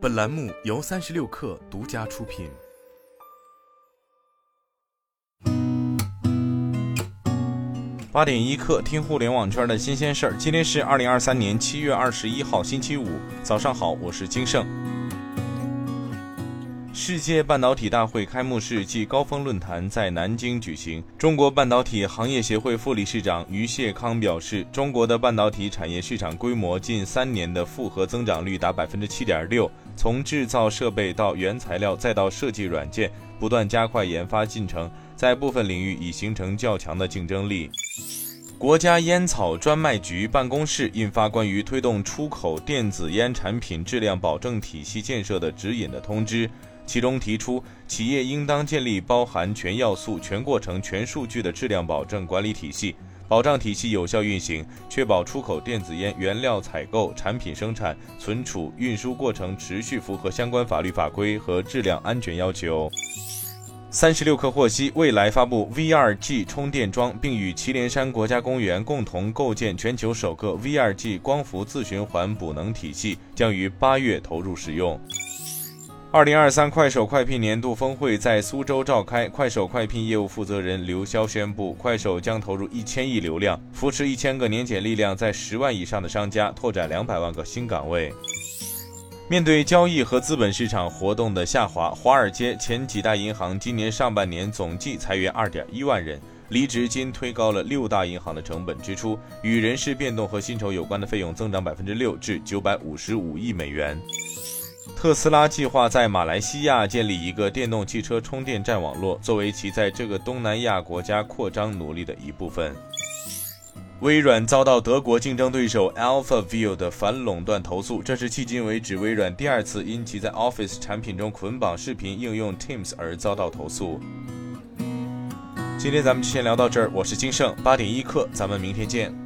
本栏目由36氪独家出品。 8点1刻，听互联网圈的新鲜事儿。今天是2023年7月21号，星期五，早上好，我是金盛。世界半导体大会开幕式暨高峰论坛在南京举行。中国半导体行业协会副理事长于谢康表示，中国的半导体产业市场规模近3年的复合增长率达 7.6%， 从制造设备到原材料再到设计软件，不断加快研发进程，在部分领域已形成较强的竞争力。国家烟草专卖局办公室印发关于推动出口电子烟产品质量保证体系建设的指引的通知，其中提出，企业应当建立包含全要素、全过程、全数据的质量保证管理体系，保障体系有效运行，确保出口电子烟原料采购、产品生产、存储、运输过程持续符合相关法律法规和质量安全要求。36氪获悉，蔚来发布 V2G 充电桩，并与祁连山国家公园共同构建全球首个 V2G 光伏自循环补能体系，将于8月投入使用。2023快手快聘年度峰会在苏州召开，快手快聘业务负责人刘潇宣布，快手将投入1000亿流量，扶持1000个年检力量在10万以上的商家，拓展200万个新岗位。面对交易和资本市场活动的下滑，华尔街前几大银行今年上半年总计裁员 2.1 万人，离职金推高了6大银行的成本支出，与人事变动和薪酬有关的费用增长 6% 至955亿美元。特斯拉计划在马来西亚建立一个电动汽车充电站网络，作为其在这个东南亚国家扩张努力的一部分。微软遭到德国竞争对手 AlphaView 的反垄断投诉，这是迄今为止微软第2次因其在 Office 产品中捆绑视频应用 Teams 而遭到投诉。今天咱们就先聊到这儿，我是金盛，8点1刻，咱们明天见。